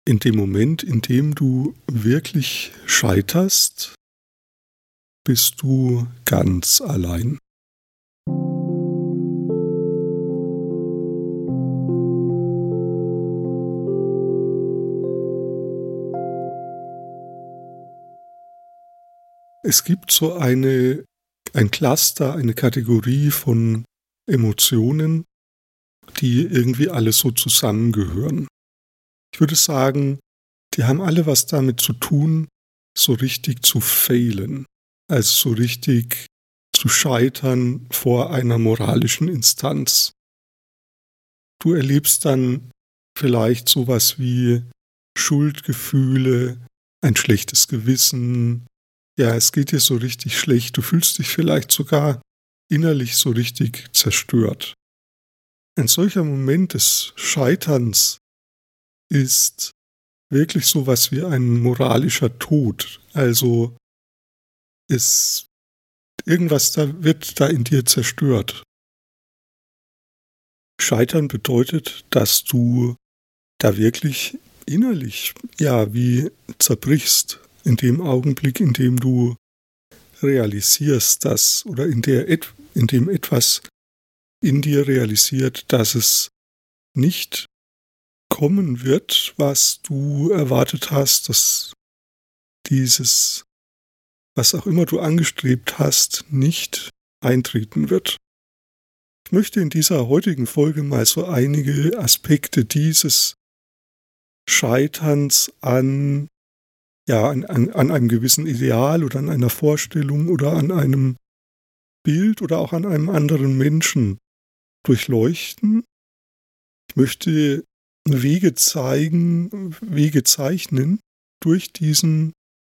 In dem Moment, in dem du wirklich scheiterst, bist du ganz allein. Es gibt so ein Cluster, eine Kategorie von Emotionen, die irgendwie alle so zusammengehören. Ich würde sagen, die haben alle was damit zu tun, so richtig zu failen, also so richtig zu scheitern vor einer moralischen Instanz. Du erlebst dann vielleicht sowas wie Schuldgefühle, ein schlechtes Gewissen. Ja, es geht dir so richtig schlecht. Du fühlst dich vielleicht sogar innerlich so richtig zerstört. Ein solcher Moment des Scheiterns ist wirklich sowas wie ein moralischer Tod. Also irgendwas wird da in dir zerstört. Scheitern bedeutet, dass du da wirklich innerlich, ja, wie zerbrichst in dem Augenblick, in dem du realisierst, dass oder in dem etwas in dir realisiert, dass es nicht kommen wird, was du erwartet hast, dass dieses, was auch immer du angestrebt hast, nicht eintreten wird. Ich möchte in dieser heutigen Folge mal so einige Aspekte dieses Scheiterns an einem gewissen Ideal oder an einer Vorstellung oder an einem Bild oder auch an einem anderen Menschen durchleuchten. Ich möchte Wege zeichnen durch dieses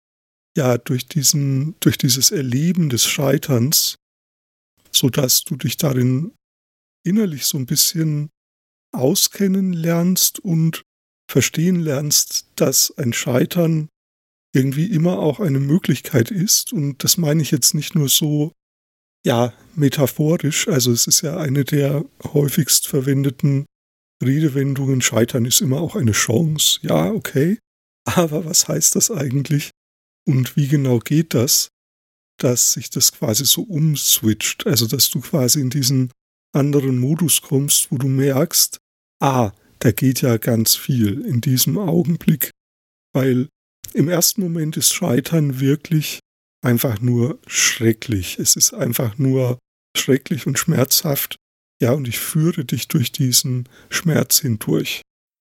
Erleben des Scheiterns, sodass du dich darin innerlich so ein bisschen auskennen lernst und verstehen lernst, dass ein Scheitern irgendwie immer auch eine Möglichkeit ist. Und das meine ich jetzt nicht nur so, ja, metaphorisch. Also es ist ja eine der häufigst verwendeten Redewendungen, Scheitern ist immer auch eine Chance. Ja, okay. Aber was heißt das eigentlich? Und wie genau geht das, dass sich das quasi so umswitcht? Also dass du quasi in diesen anderen Modus kommst, wo du merkst, da geht ja ganz viel in diesem Augenblick. Weil im ersten Moment ist Scheitern wirklich einfach nur schrecklich. Es ist einfach nur schrecklich und schmerzhaft. Ja, und ich führe dich durch diesen Schmerz hindurch.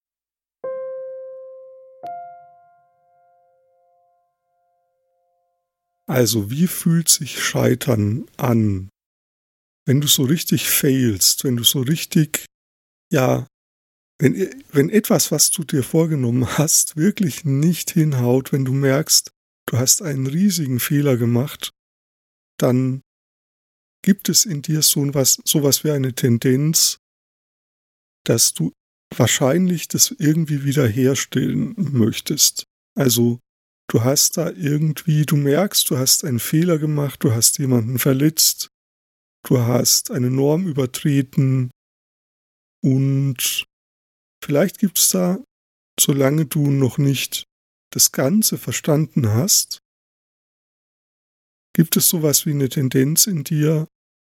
Also, wie fühlt sich Scheitern an? Wenn du so richtig failst, wenn du so richtig, ja, wenn etwas, was du dir vorgenommen hast, wirklich nicht hinhaut, wenn du merkst, du hast einen riesigen Fehler gemacht, dann gibt es in dir sowas wie eine Tendenz, dass du wahrscheinlich das irgendwie wiederherstellen möchtest. Also du merkst, du hast einen Fehler gemacht, du hast jemanden verletzt, du hast eine Norm übertreten und vielleicht gibt es da, solange du noch nicht das Ganze verstanden hast, gibt es sowas wie eine Tendenz in dir,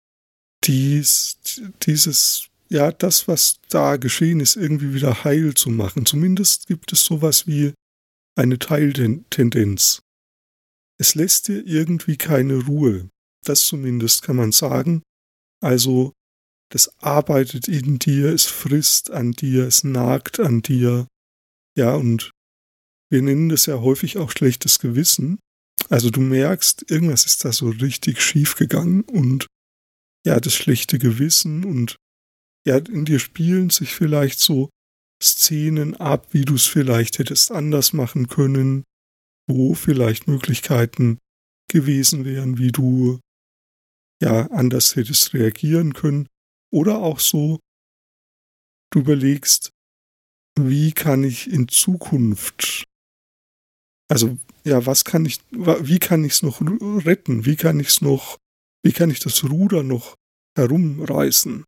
das, was da geschehen ist, irgendwie wieder heil zu machen. Zumindest gibt es sowas wie eine Teiltendenz. Es lässt dir irgendwie keine Ruhe. Das zumindest kann man sagen. Also, das arbeitet in dir, es frisst an dir, es nagt an dir. Ja, und wir nennen das ja häufig auch schlechtes Gewissen. Also du merkst, irgendwas ist da so richtig schief gegangen und ja, das schlechte Gewissen und ja, in dir spielen sich vielleicht so Szenen ab, wie du es vielleicht hättest anders machen können, wo vielleicht Möglichkeiten gewesen wären, wie du ja anders hättest reagieren können. Oder auch so, du überlegst, wie kann ich in Zukunft, also ja, wie kann ich es noch retten? Wie kann ich das Ruder noch herumreißen?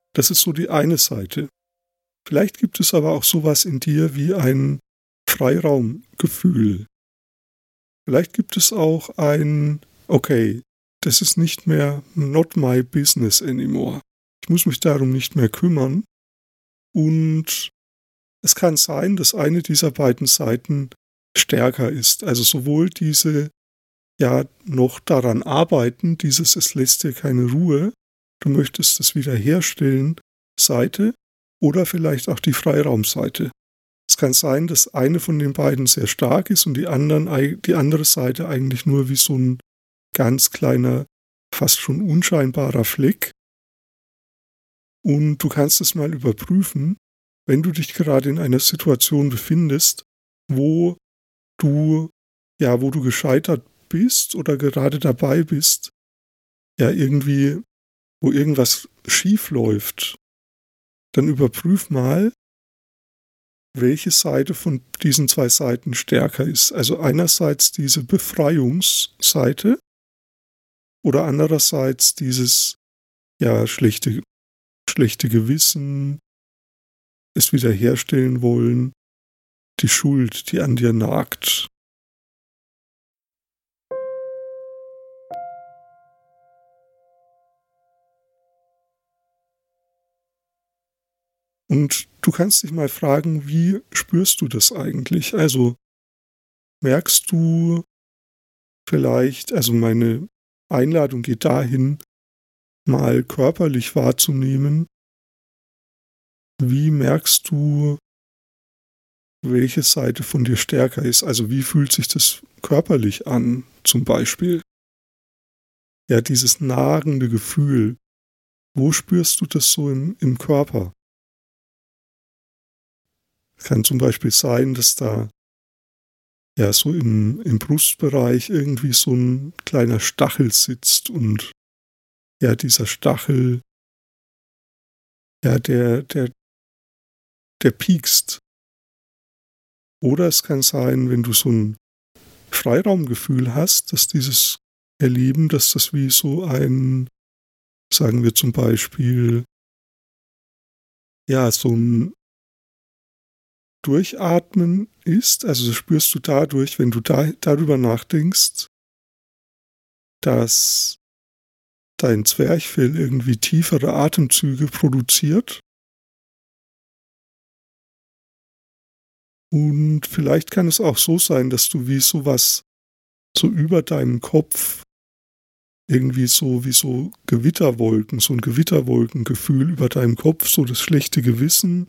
Das ist so die eine Seite. Vielleicht gibt es aber auch sowas in dir wie ein Freiraumgefühl. Vielleicht gibt es auch ein, okay, das ist nicht mehr not my business anymore. Ich muss mich darum nicht mehr kümmern. Und es kann sein, dass eine dieser beiden Seiten stärker ist. Also sowohl diese, ja, noch daran arbeiten, dieses es lässt dir keine Ruhe, du möchtest es wiederherstellen, Seite, oder vielleicht auch die Freiraumseite. Es kann sein, dass eine von den beiden sehr stark ist und die andere Seite eigentlich nur wie so ein ganz kleiner, fast schon unscheinbarer Fleck. Und du kannst es mal überprüfen, wenn du dich gerade in einer Situation befindest, wo du gescheitert bist oder gerade dabei bist, ja irgendwie, wo irgendwas schief läuft, dann überprüf mal, welche Seite von diesen zwei Seiten stärker ist. Also einerseits diese Befreiungsseite oder andererseits dieses, ja, schlechte Gewissen, es wiederherstellen wollen, die Schuld, die an dir nagt. Und du kannst dich mal fragen, wie spürst du das eigentlich? Also merkst du vielleicht, also meine Einladung geht dahin, mal körperlich wahrzunehmen, wie merkst du, welche Seite von dir stärker ist? Also wie fühlt sich das körperlich an, zum Beispiel? Ja, dieses nagende Gefühl, wo spürst du das so im Körper? Es kann zum Beispiel sein, dass da ja so im Brustbereich irgendwie so ein kleiner Stachel sitzt und ja, dieser Stachel, ja, der piekst. Oder es kann sein, wenn du so ein Freiraumgefühl hast, dass dieses Erleben, dass das wie so ein, sagen wir zum Beispiel, ja, so ein Durchatmen ist. Also das spürst du dadurch, wenn du darüber nachdenkst, dass dein Zwerchfell irgendwie tiefere Atemzüge produziert. Und vielleicht kann es auch so sein, dass du wie sowas so über deinem Kopf irgendwie so wie so Gewitterwolken, so ein Gewitterwolkengefühl über deinem Kopf, so das schlechte Gewissen.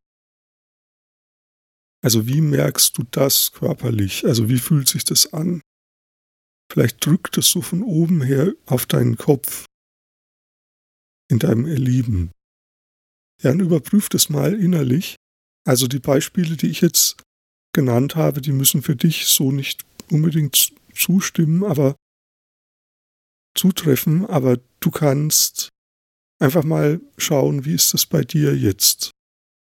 Also wie merkst du das körperlich? Also wie fühlt sich das an? Vielleicht drückt es so von oben her auf deinen Kopf in deinem Erleben. Ja, und überprüf das mal innerlich. Also die Beispiele, die ich jetzt genannt habe, die müssen für dich so nicht unbedingt zustimmen, aber zutreffen, aber du kannst einfach mal schauen, wie ist das bei dir jetzt?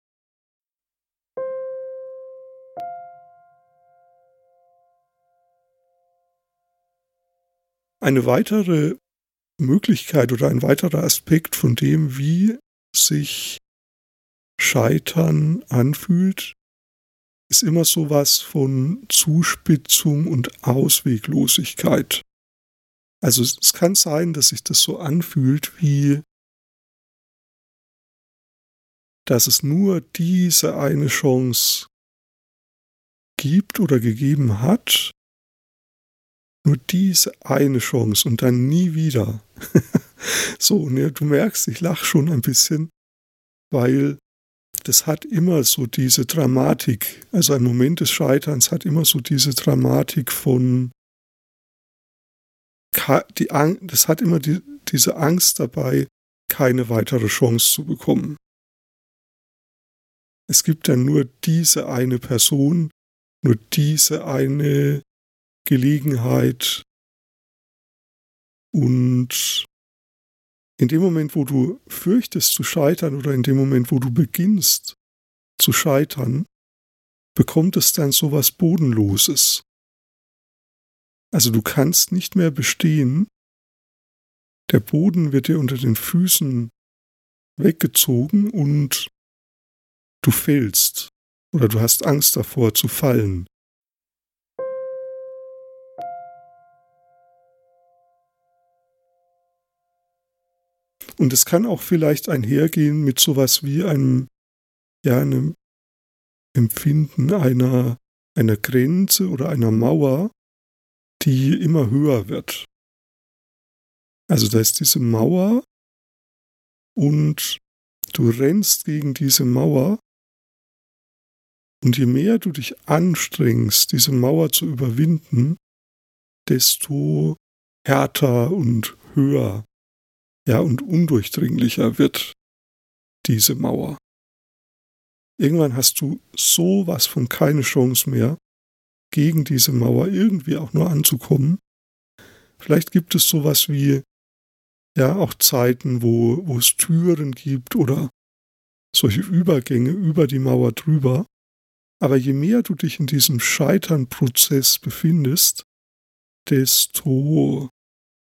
Eine weitere Möglichkeit oder ein weiterer Aspekt von dem, wie sich Scheitern anfühlt, ist immer sowas von Zuspitzung und Ausweglosigkeit. Also es kann sein, dass sich das so anfühlt, wie dass es nur diese eine Chance gibt oder gegeben hat, nur diese eine Chance und dann nie wieder. So, ne, du merkst, ich lache schon ein bisschen, weil das hat immer so diese Dramatik, also ein Moment des Scheiterns hat immer so diese Dramatik von, das hat immer diese Angst dabei, keine weitere Chance zu bekommen. Es gibt dann nur diese eine Person, nur diese eine Gelegenheit und in dem Moment, wo du fürchtest zu scheitern oder in dem Moment, wo du beginnst zu scheitern, bekommt es dann sowas Bodenloses. Also du kannst nicht mehr bestehen, der Boden wird dir unter den Füßen weggezogen und du fällst oder du hast Angst davor zu fallen. Und es kann auch vielleicht einhergehen mit sowas wie einem Empfinden einer Grenze oder einer Mauer, die immer höher wird. Also da ist diese Mauer und du rennst gegen diese Mauer und je mehr du dich anstrengst, diese Mauer zu überwinden, desto härter und höher, und undurchdringlicher wird diese Mauer. Irgendwann hast du sowas von keine Chance mehr, gegen diese Mauer irgendwie auch nur anzukommen. Vielleicht gibt es sowas wie, auch Zeiten, wo es Türen gibt oder solche Übergänge über die Mauer drüber. Aber je mehr du dich in diesem Scheitern-Prozess befindest, desto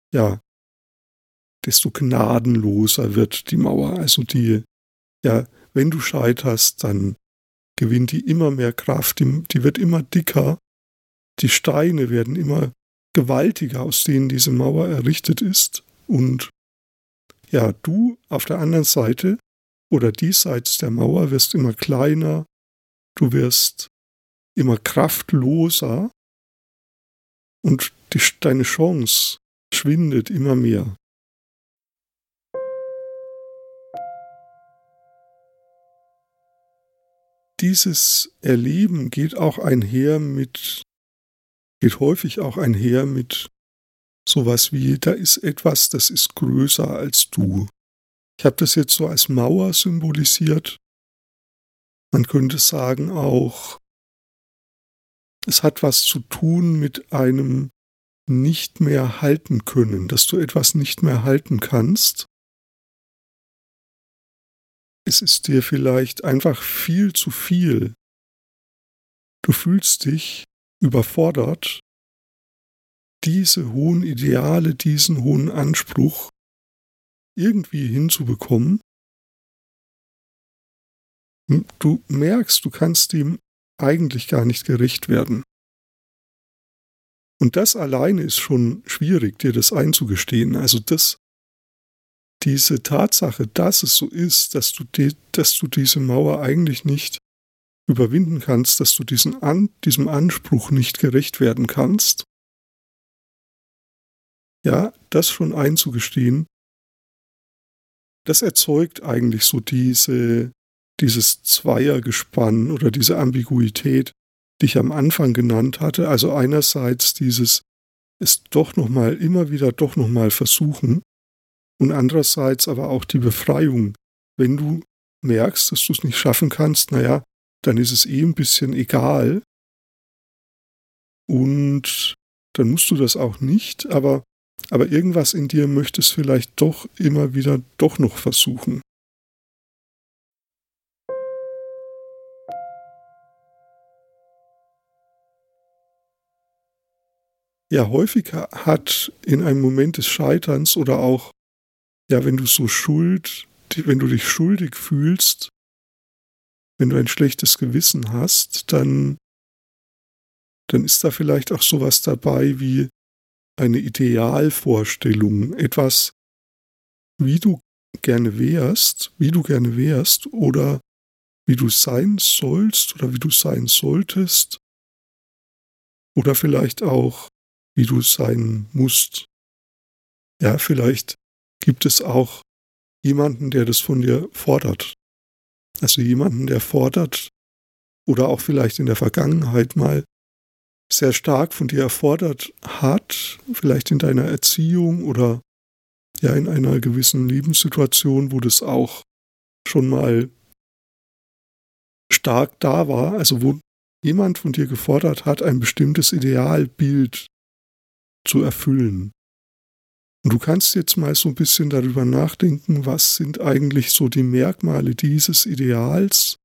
gnadenloser wird die Mauer. Also wenn du scheiterst, dann gewinnt die immer mehr Kraft, die wird immer dicker, die Steine werden immer gewaltiger, aus denen diese Mauer errichtet ist. Und du auf der anderen Seite oder diesseits der Mauer wirst immer kleiner, du wirst immer kraftloser und deine Chance schwindet immer mehr. Dieses Erleben geht häufig auch einher mit sowas wie, da ist etwas, das ist größer als du. Ich habe das jetzt so als Mauer symbolisiert. Man könnte sagen auch, es hat was zu tun mit einem nicht mehr halten können, dass du etwas nicht mehr halten kannst. Es ist dir vielleicht einfach viel zu viel. Du fühlst dich überfordert, diese hohen Ideale, diesen hohen Anspruch irgendwie hinzubekommen. Du merkst, du kannst dem eigentlich gar nicht gerecht werden. Und das alleine ist schon schwierig, dir das einzugestehen. Also diese Tatsache, dass es so ist, dass du diese Mauer eigentlich nicht überwinden kannst, dass du diesem Anspruch nicht gerecht werden kannst, das schon einzugestehen, das erzeugt eigentlich so dieses Zweiergespann oder diese Ambiguität, die ich am Anfang genannt hatte. Also einerseits dieses es immer wieder doch nochmal versuchen und andererseits aber auch die Befreiung. Wenn du merkst, dass du es nicht schaffen kannst, dann ist es ein bisschen egal und dann musst du das auch nicht, aber irgendwas in dir möchte es vielleicht doch immer wieder doch noch versuchen. Ja, häufiger hat in einem Moment des Scheiterns oder auch, wenn du wenn du dich schuldig fühlst, wenn du ein schlechtes Gewissen hast, dann ist da vielleicht auch sowas dabei wie eine Idealvorstellung, etwas, wie du gerne wärst oder wie du sein sollst oder wie du sein solltest oder vielleicht auch, wie du sein musst. Ja, vielleicht gibt es auch jemanden, der das von dir fordert. Also jemanden, der fordert oder auch vielleicht in der Vergangenheit mal sehr stark von dir erfordert hat, vielleicht in deiner Erziehung oder in einer gewissen Lebenssituation, wo das auch schon mal stark da war, also wo jemand von dir gefordert hat, ein bestimmtes Idealbild zu erfüllen. Und du kannst jetzt mal so ein bisschen darüber nachdenken, was sind eigentlich so die Merkmale dieses Ideals?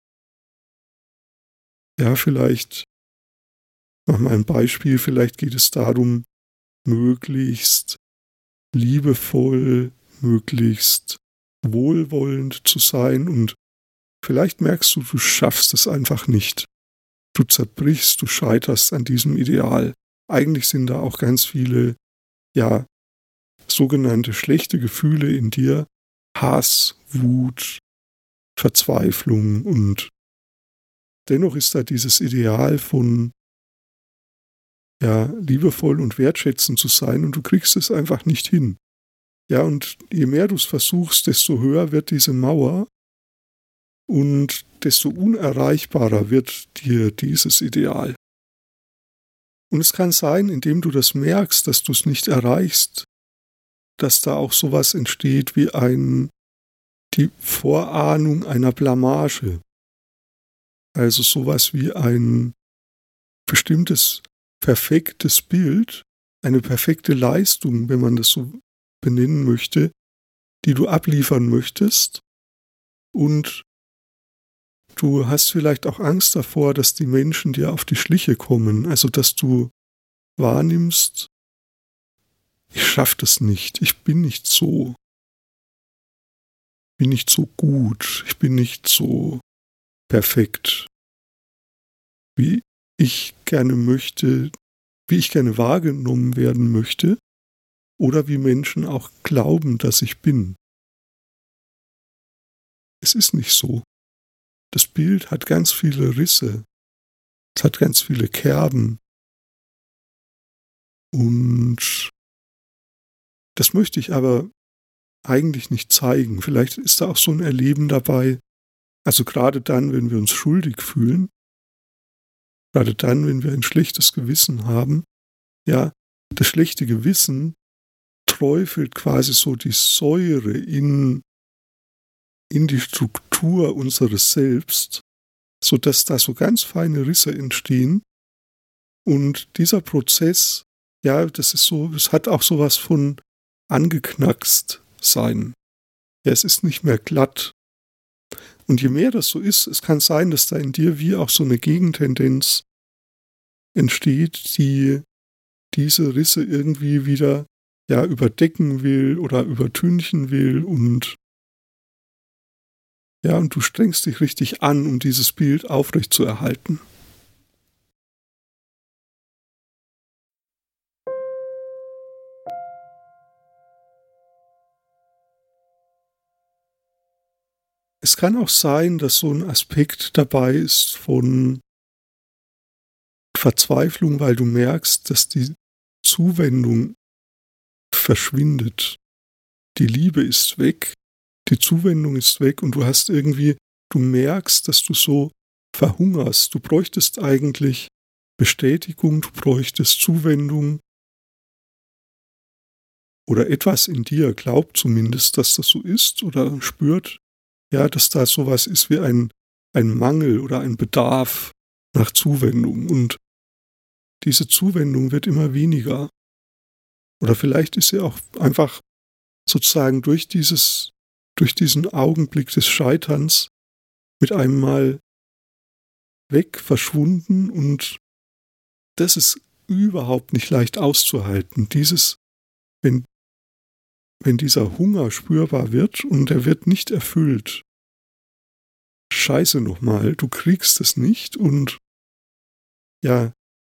Ja, vielleicht, mach mal ein Beispiel, vielleicht geht es darum, möglichst liebevoll, möglichst wohlwollend zu sein und vielleicht merkst du, du schaffst es einfach nicht. Du zerbrichst, du scheiterst an diesem Ideal. Eigentlich sind da auch ganz viele, ja, sogenannte schlechte Gefühle in dir. Hass, Wut, Verzweiflung und dennoch ist da dieses Ideal von, ja, liebevoll und wertschätzend zu sein und du kriegst es einfach nicht hin. Ja, und je mehr du es versuchst, desto höher wird diese Mauer und desto unerreichbarer wird dir dieses Ideal. Und es kann sein, indem du das merkst, dass du es nicht erreichst, dass da auch sowas entsteht wie die Vorahnung einer Blamage. Also sowas wie ein bestimmtes perfektes Bild, eine perfekte Leistung, wenn man das so benennen möchte, die du abliefern möchtest. Und du hast vielleicht auch Angst davor, dass die Menschen dir auf die Schliche kommen, also dass du wahrnimmst, ich schaffe das nicht, ich bin nicht so, bin nicht so gut, ich bin nicht so perfekt, wie ich gerne möchte, wie ich gerne wahrgenommen werden möchte oder wie Menschen auch glauben, dass ich bin. Es ist nicht so. Das Bild hat ganz viele Risse, es hat ganz viele Kerben und das möchte ich aber eigentlich nicht zeigen. Vielleicht ist da auch so ein Erleben dabei, also gerade dann, wenn wir uns schuldig fühlen, gerade dann, wenn wir ein schlechtes Gewissen haben, ja, das schlechte Gewissen träufelt quasi so die Säure in die Struktur unseres Selbst, sodass da so ganz feine Risse entstehen. Und dieser Prozess, ja, das ist so, es hat auch sowas von angeknackst sein. Ja, es ist nicht mehr glatt. Und je mehr das so ist, es kann sein, dass da in dir wie auch so eine Gegentendenz entsteht, die diese Risse irgendwie wieder, ja, überdecken will oder übertünchen will und ja, und du strengst dich richtig an, um dieses Bild aufrechtzuerhalten. Es kann auch sein, dass so ein Aspekt dabei ist von Verzweiflung, weil du merkst, dass die Zuwendung verschwindet. Die Liebe ist weg, die Zuwendung ist weg und du merkst, dass du so verhungerst. Du bräuchtest eigentlich Bestätigung, du bräuchtest Zuwendung oder etwas in dir glaubt zumindest, dass das so ist oder spürt, ja, dass da sowas ist wie ein Mangel oder ein Bedarf nach Zuwendung und diese Zuwendung wird immer weniger. Oder vielleicht ist sie auch einfach sozusagen durch diesen Augenblick des Scheiterns mit einem Mal weg, verschwunden und das ist überhaupt nicht leicht auszuhalten. Wenn, wenn dieser Hunger spürbar wird und er wird nicht erfüllt. Scheiße nochmal, du kriegst es nicht und ja,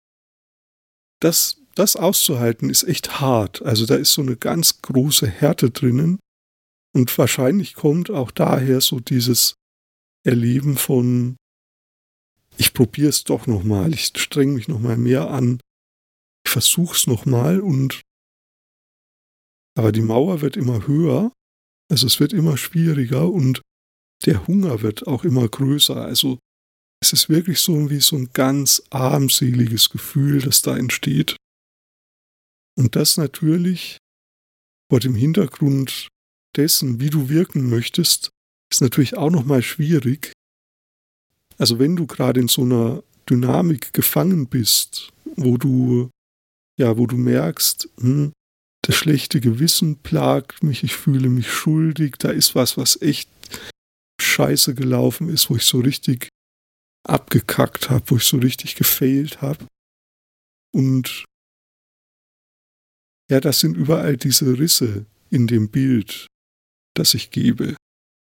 das auszuhalten ist echt hart. Also da ist so eine ganz große Härte drinnen und wahrscheinlich kommt auch daher so dieses Erleben von ich probiere es doch nochmal, ich streng mich nochmal mehr an, ich versuch's nochmal aber die Mauer wird immer höher, also es wird immer schwieriger und der Hunger wird auch immer größer. Also es ist wirklich so wie so ein ganz armseliges Gefühl, das da entsteht. Und das natürlich vor dem Hintergrund dessen, wie du wirken möchtest, ist natürlich auch nochmal schwierig. Also wenn du gerade in so einer Dynamik gefangen bist, wo du merkst, das schlechte Gewissen plagt mich, ich fühle mich schuldig, da ist was echt scheiße gelaufen ist, wo ich so richtig abgekackt habe, wo ich so richtig gefailt habe. Und ja, das sind überall diese Risse in dem Bild. das ich gebe.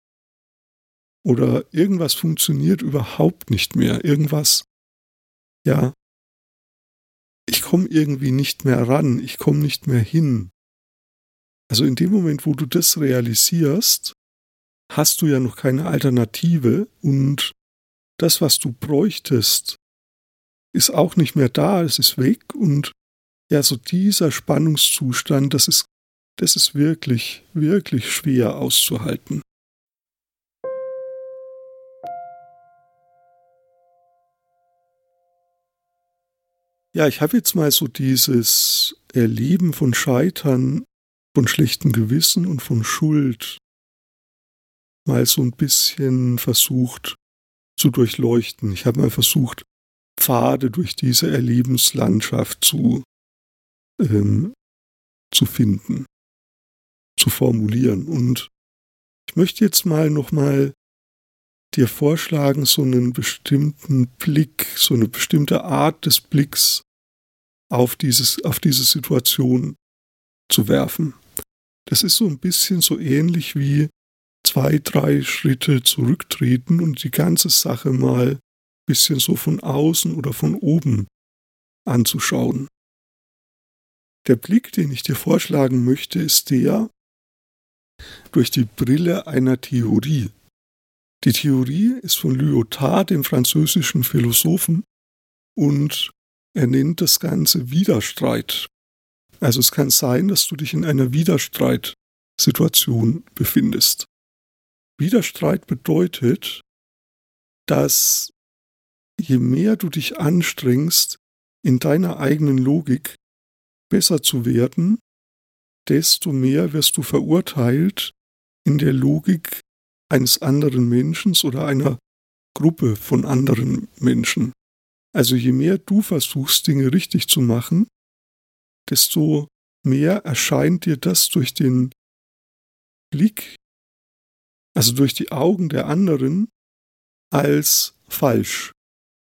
Oder irgendwas funktioniert überhaupt nicht mehr. Irgendwas, ja, ich komme irgendwie nicht mehr ran, ich komme nicht mehr hin. Also in dem Moment, wo du das realisierst, hast du ja noch keine Alternative und das, was du bräuchtest, ist auch nicht mehr da, es ist weg und ja, so dieser Spannungszustand, das ist wirklich, wirklich schwer auszuhalten. Ja, ich habe jetzt mal so dieses Erleben von Scheitern, von schlechtem Gewissen und von Schuld mal so ein bisschen versucht zu durchleuchten. Ich habe mal versucht, Pfade durch diese Erlebenslandschaft ähm, zu finden, zu formulieren. Und ich möchte jetzt nochmal dir vorschlagen, so einen bestimmten Blick, so eine bestimmte Art des Blicks auf diese Situation zu werfen. Das ist so ein bisschen so ähnlich wie 2, 3 Schritte zurücktreten und die ganze Sache mal ein bisschen so von außen oder von oben anzuschauen. Der Blick, den ich dir vorschlagen möchte, ist der durch die Brille einer Theorie. Die Theorie ist von Lyotard, dem französischen Philosophen, und er nennt das Ganze Widerstreit. Also es kann sein, dass du dich in einer Widerstreitsituation befindest. Widerstreit bedeutet, dass je mehr du dich anstrengst, in deiner eigenen Logik besser zu werden, desto mehr wirst du verurteilt in der Logik eines anderen Menschen oder einer Gruppe von anderen Menschen. Also je mehr du versuchst, Dinge richtig zu machen, desto mehr erscheint dir das durch den Blick, also durch die Augen der anderen, als falsch.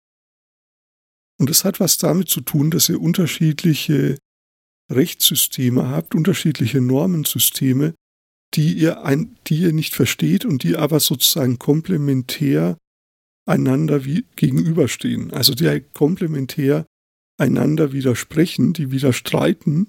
Und es hat was damit zu tun, dass ihr unterschiedliche Rechtssysteme habt, unterschiedliche Normensysteme, die ihr nicht versteht und die aber sozusagen komplementär einander gegenüberstehen. Also die komplementär einander widersprechen, die widerstreiten.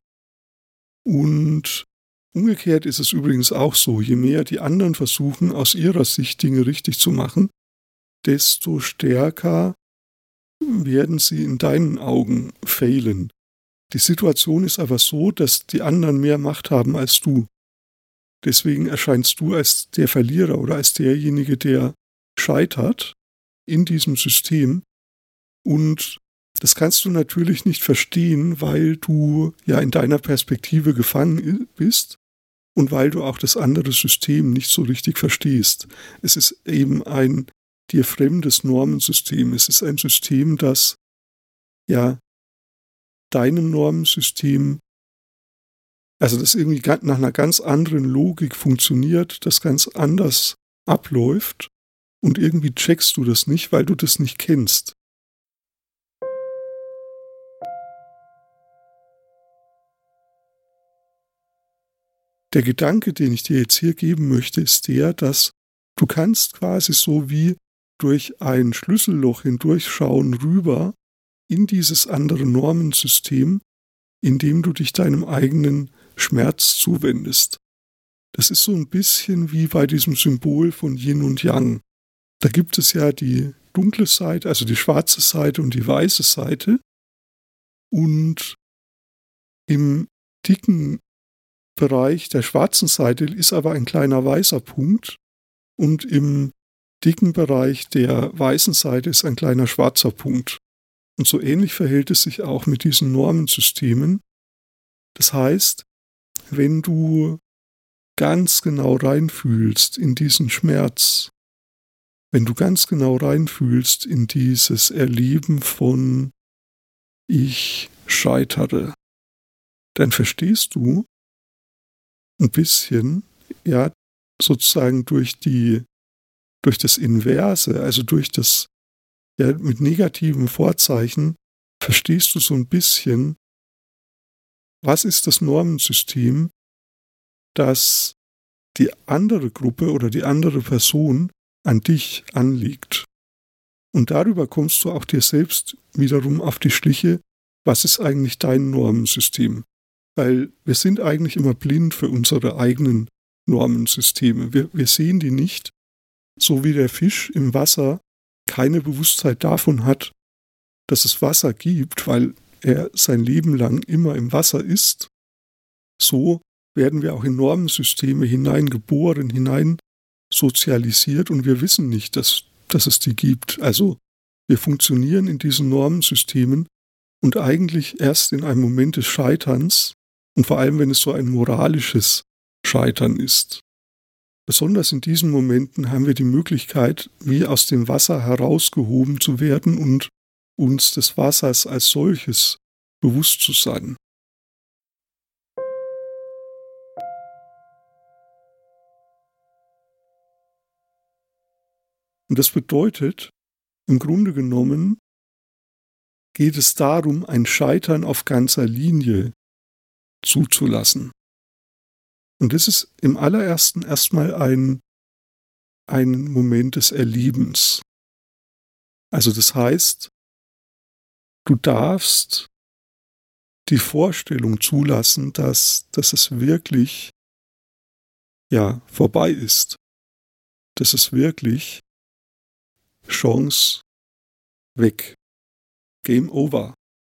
Und umgekehrt ist es übrigens auch so, je mehr die anderen versuchen, aus ihrer Sicht Dinge richtig zu machen, desto stärker werden sie in deinen Augen failen. Die Situation ist aber so, dass die anderen mehr Macht haben als du. Deswegen erscheinst du als der Verlierer oder als derjenige, der scheitert in diesem System. Und das kannst du natürlich nicht verstehen, weil du ja in deiner Perspektive gefangen bist und weil du auch das andere System nicht so richtig verstehst. Es ist eben ein dir fremdes Normensystem. Es ist ein System, das ja deinem Normensystem, also das irgendwie nach einer ganz anderen Logik funktioniert, das ganz anders abläuft und irgendwie checkst du das nicht, weil du das nicht kennst. Der Gedanke, den ich dir jetzt hier geben möchte, ist der, dass du kannst quasi so wie durch ein Schlüsselloch hindurchschauen rüber in dieses andere Normensystem, indem du dich deinem eigenen Schmerz zuwendest. Das ist so ein bisschen wie bei diesem Symbol von Yin und Yang. Da gibt es ja die dunkle Seite, also die schwarze Seite und die weiße Seite. Und im dicken Bereich der schwarzen Seite ist aber ein kleiner weißer Punkt und im dicken Bereich der weißen Seite ist ein kleiner schwarzer Punkt. Und so ähnlich verhält es sich auch mit diesen Normensystemen. Das heißt, wenn du ganz genau reinfühlst in diesen Schmerz, wenn du ganz genau reinfühlst in dieses Erleben von ich scheitere, dann verstehst du ein bisschen, ja, sozusagen durch das Inverse, also durch das, ja, mit negativen Vorzeichen, verstehst du so ein bisschen, was ist das Normensystem, das die andere Gruppe oder die andere Person an dich anlegt. Und darüber kommst du auch dir selbst wiederum auf die Schliche, was ist eigentlich dein Normensystem? Weil wir sind eigentlich immer blind für unsere eigenen Normensysteme. Wir sehen die nicht, so wie der Fisch im Wasser keine Bewusstheit davon hat, dass es Wasser gibt, weil er sein Leben lang immer im Wasser ist. So werden wir auch in Normensysteme hineingeboren, hinein sozialisiert und wir wissen nicht, dass es die gibt. Also wir funktionieren in diesen Normensystemen und eigentlich erst in einem Moment des Scheiterns und vor allem, wenn es so ein moralisches Scheitern ist. Besonders in diesen Momenten haben wir die Möglichkeit, wie aus dem Wasser herausgehoben zu werden und uns des Wassers als solches bewusst zu sein. Und das bedeutet, im Grunde genommen geht es darum, ein Scheitern auf ganzer Linie zuzulassen. Und das ist im allerersten erstmal ein Moment des Erlebens. Also das heißt, du darfst die Vorstellung zulassen, dass es wirklich vorbei ist. Dass es wirklich Chance weg. Game over.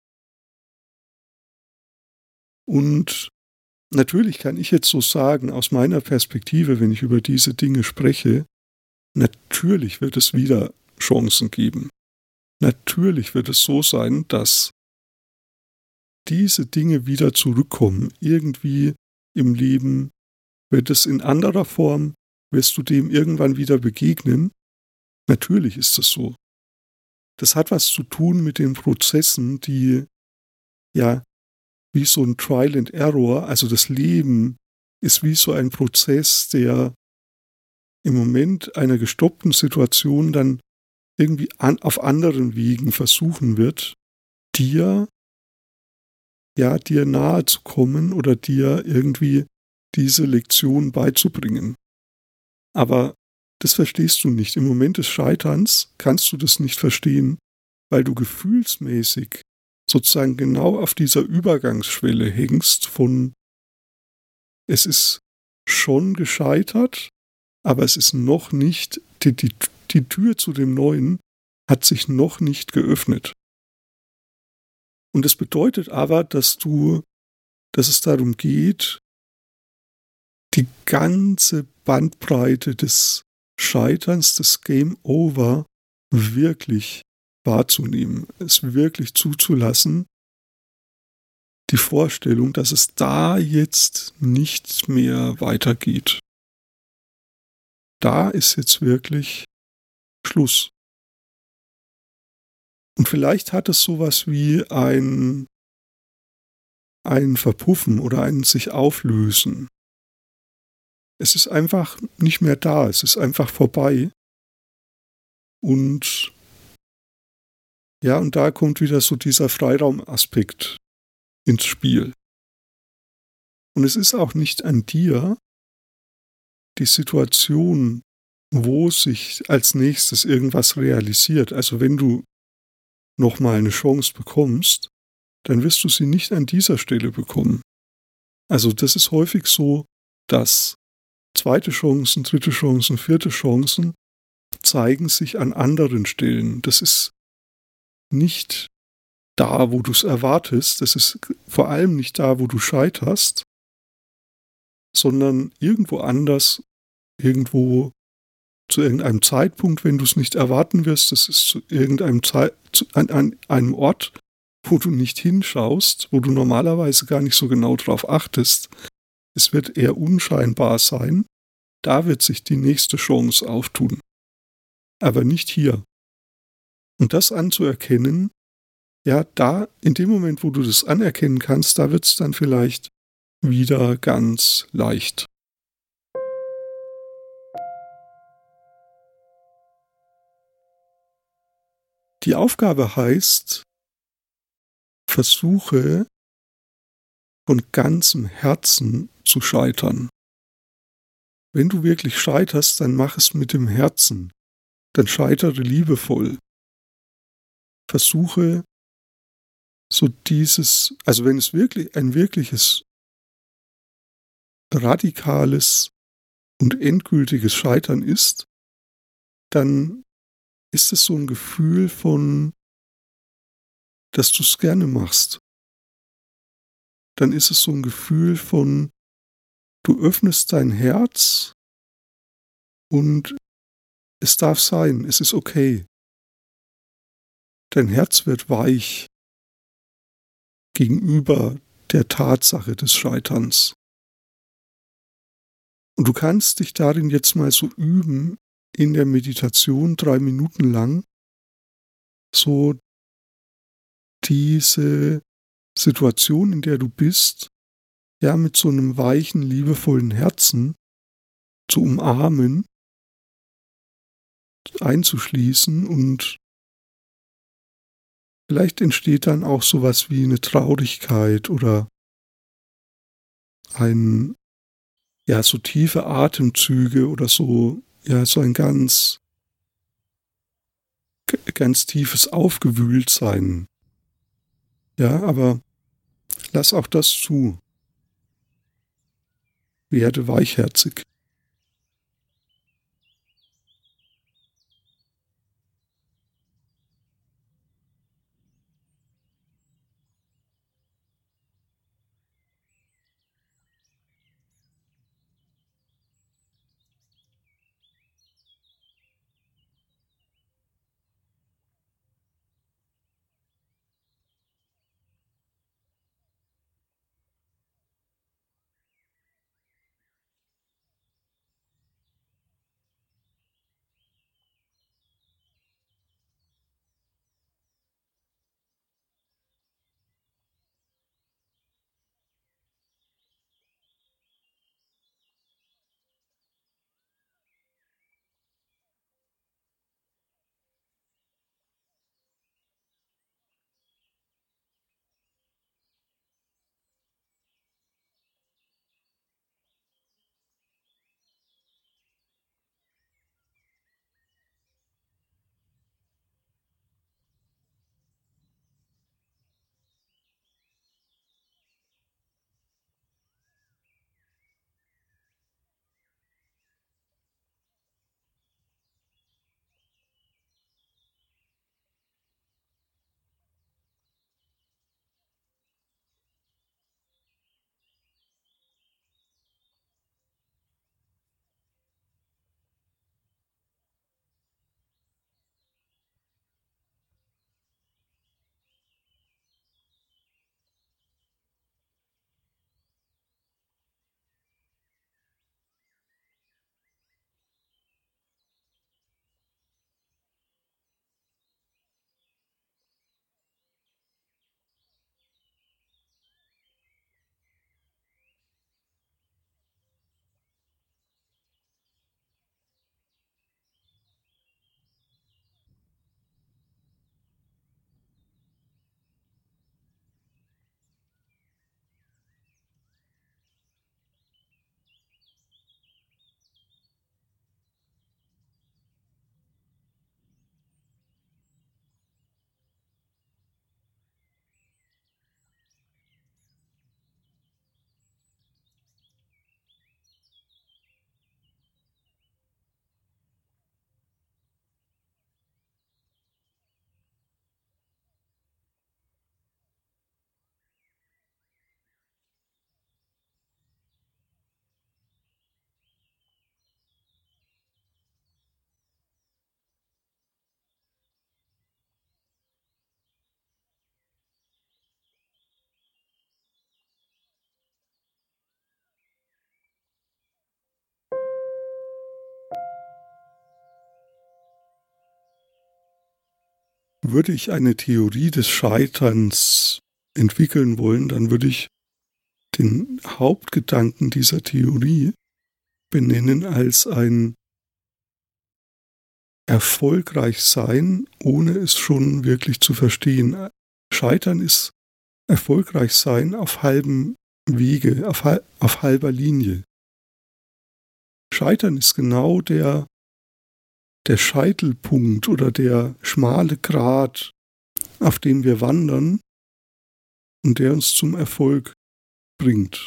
Und natürlich kann ich jetzt so sagen, aus meiner Perspektive, wenn ich über diese Dinge spreche, natürlich wird es wieder Chancen geben. Natürlich wird es so sein, dass diese Dinge wieder zurückkommen. Irgendwie im Leben wird es in anderer Form, wirst du dem irgendwann wieder begegnen. Natürlich ist es so. Das hat was zu tun mit den Prozessen, die wie so ein Trial and Error, also das Leben ist wie so ein Prozess, der im Moment einer gestoppten Situation dann irgendwie auf anderen Wegen versuchen wird, dir nahe zu kommen oder dir irgendwie diese Lektion beizubringen. Aber das verstehst du nicht. Im Moment des Scheiterns kannst du das nicht verstehen, weil du gefühlsmäßig sozusagen genau auf dieser Übergangsschwelle hängst von es ist schon gescheitert, aber es ist noch nicht, die Tür zu dem Neuen hat sich noch nicht geöffnet. Und das bedeutet aber, dass es darum geht, die ganze Bandbreite des Scheiterns, des Game Over wirklich wahrzunehmen, es wirklich zuzulassen, die Vorstellung, dass es da jetzt nicht mehr weitergeht. Da ist jetzt wirklich Schluss. Und vielleicht hat es sowas wie ein Verpuffen oder ein sich auflösen. Es ist einfach nicht mehr da, es ist einfach vorbei. Und da kommt wieder so dieser Freiraumaspekt ins Spiel. Und es ist auch nicht an dir, die Situation, wo sich als nächstes irgendwas realisiert. Also wenn du nochmal eine Chance bekommst, dann wirst du sie nicht an dieser Stelle bekommen. Also das ist häufig so, dass zweite Chancen, dritte Chancen, vierte Chancen zeigen sich an anderen Stellen. Das ist nicht da, wo du es erwartest. Das ist vor allem nicht da, wo du scheiterst, sondern irgendwo anders, irgendwo zu irgendeinem Zeitpunkt, wenn du es nicht erwarten wirst. Das ist zu irgendeinem an einem Ort, wo du nicht hinschaust, wo du normalerweise gar nicht so genau drauf achtest. Es wird eher unscheinbar sein. Da wird sich die nächste Chance auftun. Aber nicht hier. Und das anzuerkennen, da, in dem Moment, wo du das anerkennen kannst, da wird es dann vielleicht wieder ganz leicht. Die Aufgabe heißt, versuche von ganzem Herzen zu scheitern. wenn du wirklich scheiterst, dann mach es mit dem Herzen. Dann scheitere liebevoll. Versuche so dieses, also wenn es wirklich ein wirkliches, radikales und endgültiges Scheitern ist, dann ist es so ein Gefühl von, dass du es gerne machst. Dann ist es so ein Gefühl von, du öffnest dein Herz und es darf sein, es ist okay. Dein Herz wird weich gegenüber der Tatsache des Scheiterns. Und du kannst dich darin jetzt mal so üben, in der Meditation 3 Minuten lang, so diese Situation, in der du bist, ja, mit so einem weichen, liebevollen Herzen zu umarmen, einzuschließen, und vielleicht entsteht dann auch sowas wie eine Traurigkeit oder so tiefe Atemzüge oder so, ja, so ein ganz tiefes Aufgewühltsein. Ja, aber lass auch das zu. Werde weichherzig. Würde ich eine Theorie des Scheiterns entwickeln wollen, dann würde ich den Hauptgedanken dieser Theorie benennen als ein erfolgreich sein, ohne es schon wirklich zu verstehen. Scheitern ist erfolgreich sein auf halbem Wege, auf halber Linie. Scheitern ist genau der Scheitelpunkt oder der schmale Grat, auf dem wir wandern und der uns zum Erfolg bringt.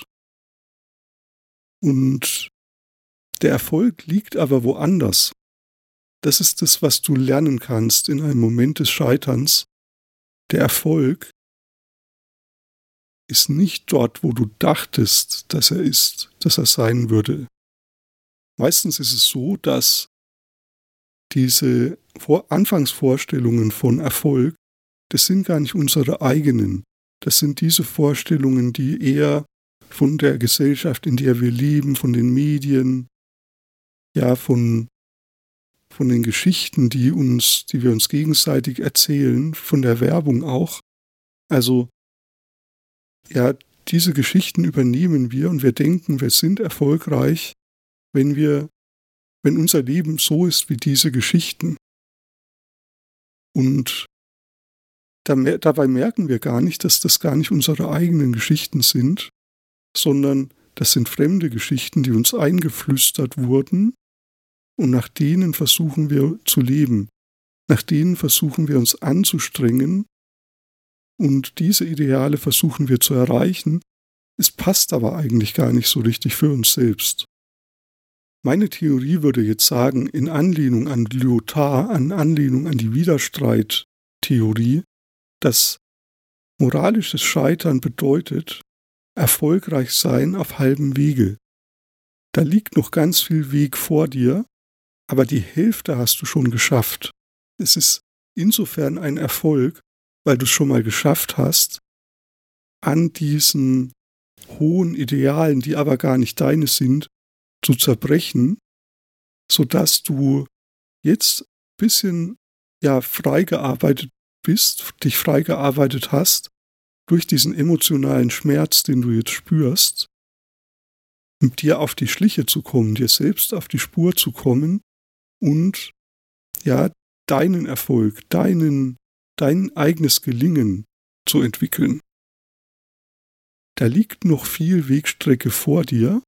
Und der Erfolg liegt aber woanders. Das ist das, was du lernen kannst in einem Moment des Scheiterns. Der Erfolg ist nicht dort, wo du dachtest, dass er ist, dass er sein würde. Meistens ist es so, dass diese Anfangsvorstellungen von Erfolg, das sind gar nicht unsere eigenen. Das sind diese Vorstellungen, die eher von der Gesellschaft, in der wir leben, von den Medien, ja, von den Geschichten, die wir uns gegenseitig erzählen, von der Werbung auch. Also, ja, diese Geschichten übernehmen wir und wir denken, wir sind erfolgreich, wenn unser Leben so ist wie diese Geschichten. Und dabei merken wir gar nicht, dass das gar nicht unsere eigenen Geschichten sind, sondern das sind fremde Geschichten, die uns eingeflüstert wurden und nach denen versuchen wir zu leben. Nach denen versuchen wir uns anzustrengen und diese Ideale versuchen wir zu erreichen. Es passt aber eigentlich gar nicht so richtig für uns selbst. Meine Theorie würde jetzt sagen, in Anlehnung an Lyotard, in Anlehnung an die Widerstreittheorie, dass moralisches Scheitern bedeutet, erfolgreich sein auf halbem Wege. Da liegt noch ganz viel Weg vor dir, aber die Hälfte hast du schon geschafft. Es ist insofern ein Erfolg, weil du es schon mal geschafft hast, an diesen hohen Idealen, die aber gar nicht deine sind, zu zerbrechen, sodass du jetzt ein bisschen freigearbeitet bist, dich freigearbeitet hast, durch diesen emotionalen Schmerz, den du jetzt spürst, um dir auf die Schliche zu kommen, dir selbst auf die Spur zu kommen und deinen Erfolg, dein eigenes Gelingen zu entwickeln. Da liegt noch viel Wegstrecke vor dir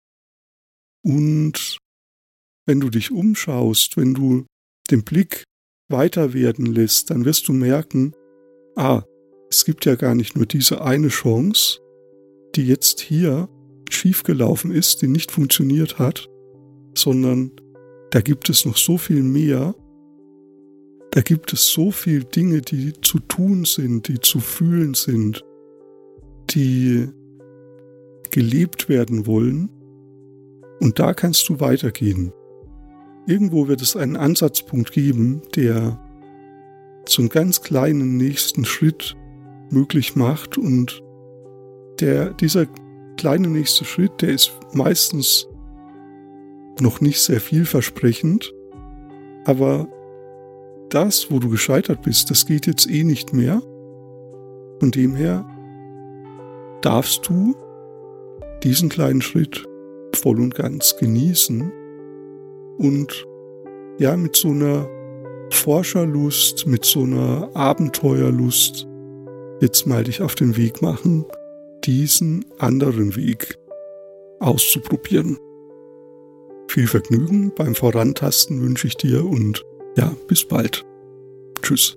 und wenn du dich umschaust, wenn du den Blick weiter werden lässt, dann wirst du merken, es gibt ja gar nicht nur diese eine Chance, die jetzt hier schiefgelaufen ist, die nicht funktioniert hat, sondern da gibt es noch so viel mehr. Da gibt es so viele Dinge, die zu tun sind, die zu fühlen sind, die gelebt werden wollen. Und da kannst du weitergehen. Irgendwo wird es einen Ansatzpunkt geben, der so einen ganz kleinen nächsten Schritt möglich macht. Und dieser kleine nächste Schritt, der ist meistens noch nicht sehr vielversprechend, aber das, wo du gescheitert bist, das geht jetzt nicht mehr. Von dem her darfst du diesen kleinen Schritt voll und ganz genießen und mit so einer Forscherlust, mit so einer Abenteuerlust jetzt mal dich auf den Weg machen, diesen anderen Weg auszuprobieren. Viel Vergnügen beim Vorantasten wünsche ich dir und bis bald. Tschüss.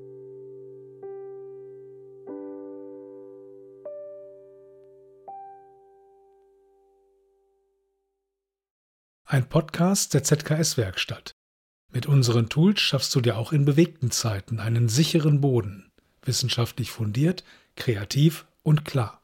Ein Podcast der ZKS-Werkstatt. Mit unseren Tools schaffst du dir auch in bewegten Zeiten einen sicheren Boden. Wissenschaftlich fundiert, kreativ und klar.